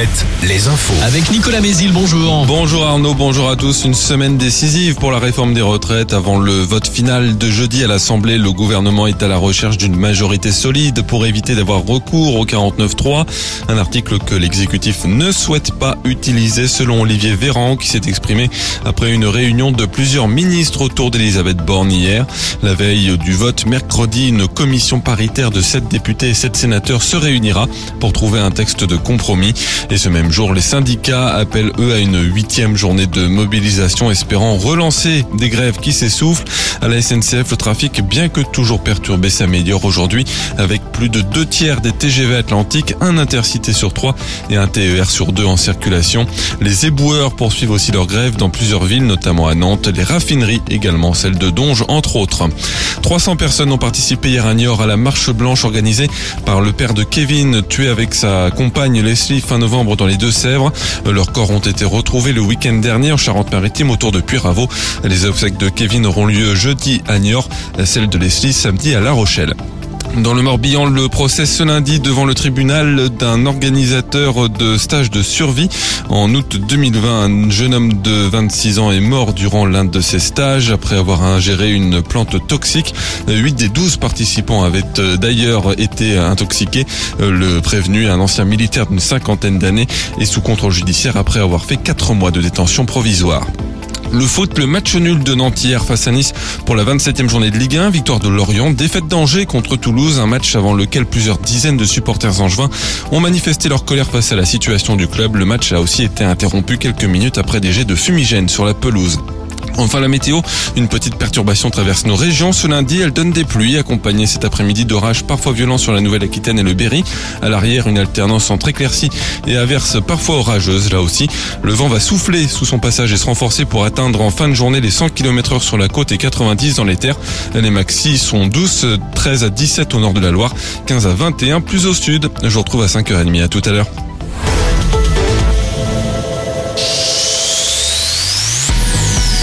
retraite, les infos. Avec Nicolas Mézil, bonjour. Bonjour Arnaud, bonjour à tous. Une semaine décisive pour la réforme des retraites. Avant le vote final de jeudi à l'Assemblée, le gouvernement est à la recherche d'une majorité solide pour éviter d'avoir recours au 49.3. Un article que l'exécutif ne souhaite pas utiliser selon Olivier Véran, qui s'est exprimé après une réunion de plusieurs ministres autour d'Elisabeth Borne hier. La veille du vote, mercredi, une commission paritaire de 7 députés et 7 sénateurs se réunira pour trouver un texte de compromis. Et ce même jour, les syndicats appellent eux à une 8e journée de mobilisation, espérant relancer des grèves qui s'essoufflent. À la SNCF, le trafic, bien que toujours perturbé, s'améliore aujourd'hui avec plus de 2/3 des TGV Atlantiques, un Intercité sur 3 et un TER sur 2 en circulation. Les éboueurs poursuivent aussi leur grève dans plusieurs villes, notamment à Nantes, les raffineries également, celle de Donge entre autres. 300 personnes ont participé hier à Niort à la marche blanche organisée par le père de Kevin, tué avec sa compagne Leslie fin novembre dans les Deux-Sèvres. Leurs corps ont été retrouvés le week-end dernier en Charente-Maritime autour de Puyraveau. Les obsèques de Kevin auront lieu jeudi à Niort, celle de Leslie samedi à La Rochelle. Dans le Morbihan, le procès ce lundi devant le tribunal d'un organisateur de stage de survie. En août 2020, un jeune homme de 26 ans est mort durant l'un de ses stages après avoir ingéré une plante toxique. 8 des 12 participants avaient d'ailleurs été intoxiqués. Le prévenu, un ancien militaire d'une 50aine d'années, est sous contrôle judiciaire après avoir fait 4 mois de détention provisoire. Le foot, le match nul de Nantes hier face à Nice pour la 27e journée de Ligue 1, victoire de Lorient, défaite d'Angers contre Toulouse, un match avant lequel plusieurs dizaines de supporters angevins ont manifesté leur colère face à la situation du club. Le match a aussi été interrompu quelques minutes après des jets de fumigène sur la pelouse. Enfin la météo, une petite perturbation traverse nos régions. Ce lundi, elle donne des pluies, accompagnées cet après-midi d'orages parfois violents sur la Nouvelle-Aquitaine et le Berry. À l'arrière, une alternance entre éclaircies et averses parfois orageuses. Là aussi, le vent va souffler sous son passage et se renforcer pour atteindre en fin de journée les 100 km/h sur la côte et 90 dans les terres. Les maxis sont douces, 13 à 17 au nord de la Loire, 15 à 21 plus au sud. Je vous retrouve à 5h30. À tout à l'heure.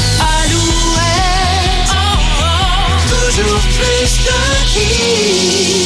Toujours plus de hits.